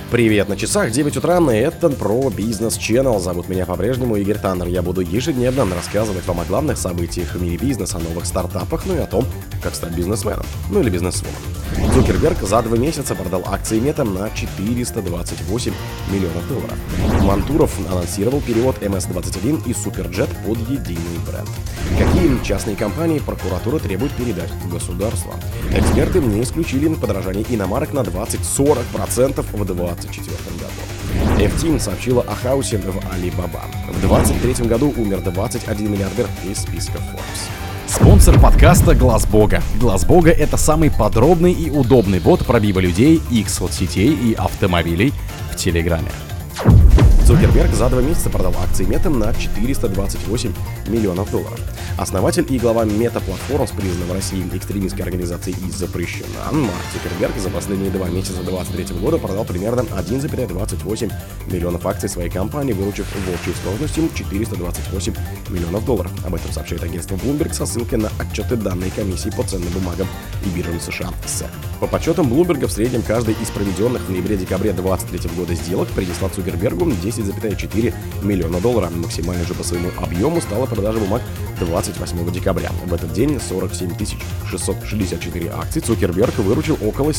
Привет, на часах 9 утра, и это про Business Channel. Зовут меня по-прежнему Игорь Таннер. Я буду ежедневно рассказывать вам о главных событиях в мире бизнеса, о новых стартапах, ну и о том, как стать бизнесменом, ну или бизнесвумен. Цукерберг за 2 месяца продал акции Мета на 428 миллионов долларов. Мантуров анонсировал перевод МС-21 и Суперджет под единый бренд. Какие частные компании прокуратура требует передать в государство? Эксперты не исключили подорожание иномарок на 20-40% в 2024 году. F-Team сообщила о хаосе в Alibaba. В 2023 году умер 21 миллиардер из списка Forbes. Спонсор подкаста Глаз Бога. Глаз Бога — это самый подробный и удобный бот пробива людей, их соцсетей и автомобилей в Телеграме. Цукерберг за 2 месяца продал акции Мета на 428 миллионов долларов. Основатель и глава Meta Platforms, признанной в России экстремистской организацией и запрещена, Марк Цукерберг за последние 2 месяца 2023 года продал примерно 1,28 миллионов акций своей компании, выручив в общей сложности 428 миллионов долларов. Об этом сообщает агентство Bloomberg со ссылкой на отчеты данной комиссии по ценным бумагам и биржам США SEC. По подсчетам Bloomberg, в среднем каждый из проведенных в ноябре-декабре 2023 года сделок принесла Цукербергу 10,4 миллиона долларов. Максимально же по своему объему стала продажа бумаг 28 декабря. В этот день 47 664 акций Цукерберг выручил около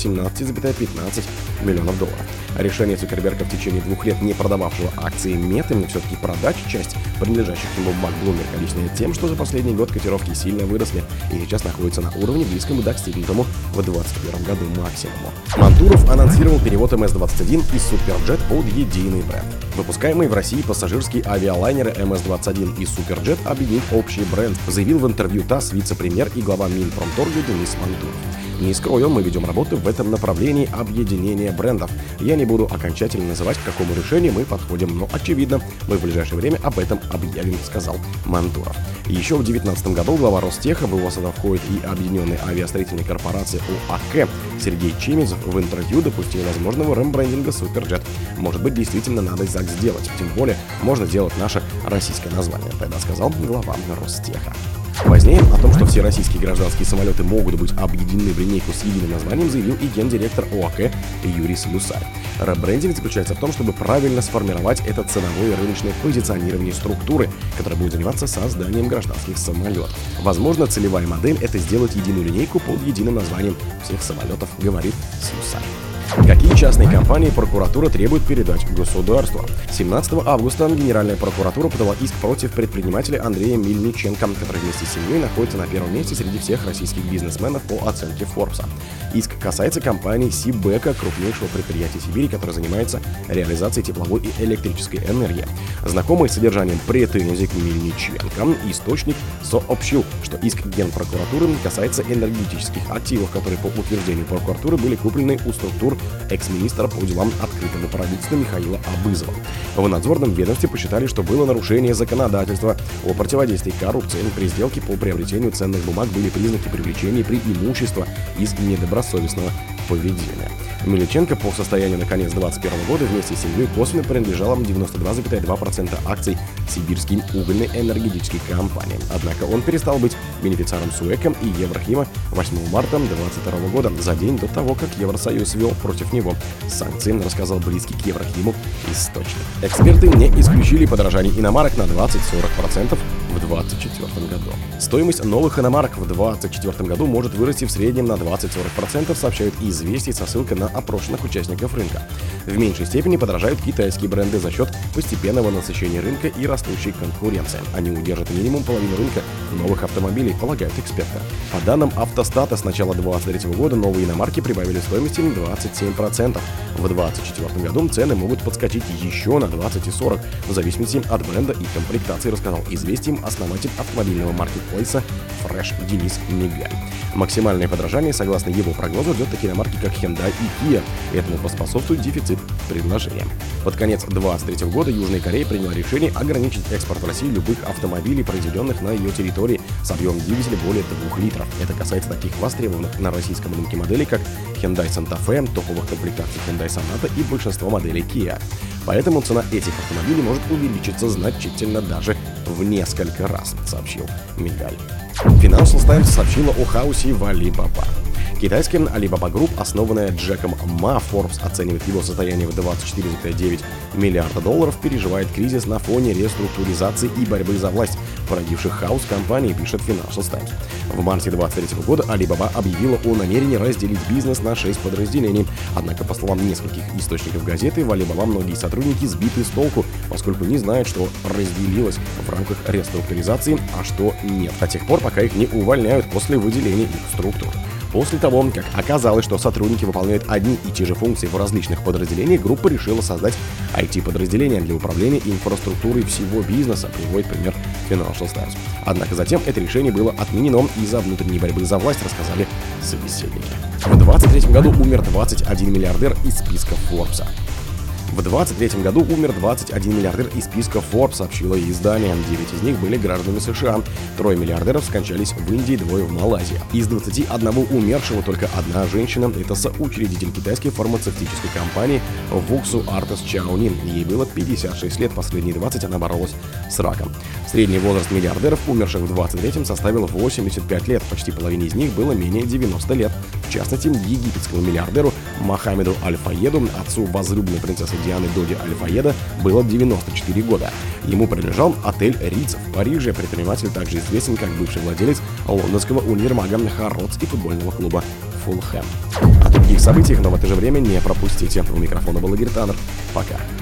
17,15 миллионов долларов. Решение Цукерберга в течение 2 лет не продававшего акции Меты все-таки продать часть принадлежащих ему бумаг Bloomberg объясняет тем, что за последний год котировки сильно выросли и сейчас находятся на уровне, близком к достигнутому в 2021 году максимуму. Мантуров анонсировал перевод МС-21 и Суперджет под единый бренд. Выпускаемые в России пассажирские авиалайнеры МС-21 и Суперджет объединит общий бренд, заявил в интервью ТАСС вице-премьер и глава Минпромторга Денис Мантуров. Не скрою, мы ведем работу в этом направлении объединения брендов. Я не буду окончательно называть, к какому решению мы подходим, но очевидно, мы в ближайшее время об этом объявим, сказал Мантуров. Еще в 2019 году глава Ростеха, в его состав входит и Объединенной авиастроительной корпорации ОАК, Сергей Чемизов в интервью допустил возможного рембрендинга Суперджет. Может быть, действительно надо так сделать, тем более можно сделать наше российское название, тогда сказал глава Ростеха. Позднее о том, что все российские гражданские самолеты могут быть объединены в линейку с единым названием, заявил и гендиректор ОАК Юрий Слюсарь. Ребрендинг заключается в том, чтобы правильно сформировать это ценовое и рыночное позиционирование структуры, которая будет заниматься созданием гражданских самолетов. Возможно, целевая модель — это сделать единую линейку под единым названием всех самолетов, говорит Слюсарь. Какие частные компании прокуратура требует передать государству? 17 августа Генеральная прокуратура подала иск против предпринимателя Андрея Мельниченко, который вместе с семьей находится на первом месте среди всех российских бизнесменов по оценке Forbes. Иск касается компании Сибэко, крупнейшего предприятия Сибири, которое занимается реализацией тепловой и электрической энергии. Знакомый с содержанием претензий к Мельниченко, источник сообщил, что иск Генпрокуратуры касается энергетических активов, которые по утверждению прокуратуры были куплены у структур экс-министра по делам открытого правительства Михаила Абызова. В надзорном ведомстве посчитали, что было нарушение законодательства о противодействии коррупции. При сделке по приобретению ценных бумаг были признаки привлечения преимущества из недобросовестного поведения. Мельниченко по состоянию на конец 2021 года вместе с семьей косвенно принадлежало 92,2% акций Сибирской угольной энергетической компании. Однако он перестал быть бенефициаром СУЭКа и Еврохима 8 марта 2022 года, за день до того, как Евросоюз ввел против него санкции, рассказал близкий к Еврохиму источник. Эксперты не исключили подорожание иномарок на 20-40% в 2024 году. Стоимость новых иномарок в 2024 году может вырасти в среднем на 20-40%, сообщают «Известия» со ссылкой на опрошенных участников рынка. В меньшей степени подорожают китайские бренды за счет постепенного насыщения рынка и растущей конкуренции. Они удержат минимум половину рынка новых автомобилей, полагают эксперты. По данным Автостата, с начала 2023 года новые иномарки прибавили стоимости на 27%. В 2024 году цены могут подскочить еще на 20 и 40%, в зависимости от бренда и комплектации, рассказал «Известиям» основатель автомобильного маркетплейса Fresh Денис Мигаль. Максимальное подорожание, согласно его прогнозу, ждет такие иномарки, как Hyundai и Kia. Этому поспособствует дефицит предложения. Под конец 2023 года Южная Корея приняла решение ограничить экспорт в России любых автомобилей, произведенных на ее территории с объемом двигателя более 2 литров. Это касается таких востребованных на российском рынке моделей, как Hyundai Santa Fe, топовых комплектаций Hyundai Sonata и большинство моделей Kia. Поэтому цена этих автомобилей может увеличиться значительно, даже в несколько раз, сообщил Мигаль. Financial Times сообщила о хаосе в Alibaba. Китайский Alibaba Group, основанная Джеком Ма, Forbes оценивает его состояние в 24,9 миллиарда долларов, переживает кризис на фоне реструктуризации и борьбы за власть, породивших хаос компании, пишет Financial Times. В марте 2023 года Alibaba объявила о намерении разделить бизнес на 6 подразделений. Однако, по словам нескольких источников газеты, в Alibaba многие сотрудники сбиты с толку, поскольку не знают, что разделилось в рамках реструктуризации, а что нет, до тех пор, пока их не увольняют после выделения их структур. После того, как оказалось, что сотрудники выполняют одни и те же функции в различных подразделениях, группа решила создать IT-подразделение для управления инфраструктурой всего бизнеса, приводит пример Financial Times. Однако затем это решение было отменено из-за внутренней борьбы за власть, рассказали собеседники. В 2023 году умер 21 миллиардер из списка Forbes. В 2023 году умер 21 миллиардер из списка Forbes, сообщило издание. 9 из них были гражданами США. 3 миллиардеров скончались в Индии, 2 в Малайзии. Из 21 умершего только одна женщина. Это соучредитель китайской фармацевтической компании Wuxi Artes Chaonin. Ей было 56 лет, последние 20 она боролась с раком. Средний возраст миллиардеров, умерших в 23-м, составил 85 лет. Почти половине из них было менее 90 лет. В частности, египетскому миллиардеру Мохаммеду Аль-Фаеду, отцу возлюбленной принцессы Дианы Доди Аль-Фаеда, было 94 года. Ему принадлежал отель Риц в Париже. Предприниматель также известен как бывший владелец лондонского универмага Харродс и футбольного клуба Фулхэм. О других событиях, но в это же время не пропустите. У микрофона был Игорь Таннер. Пока.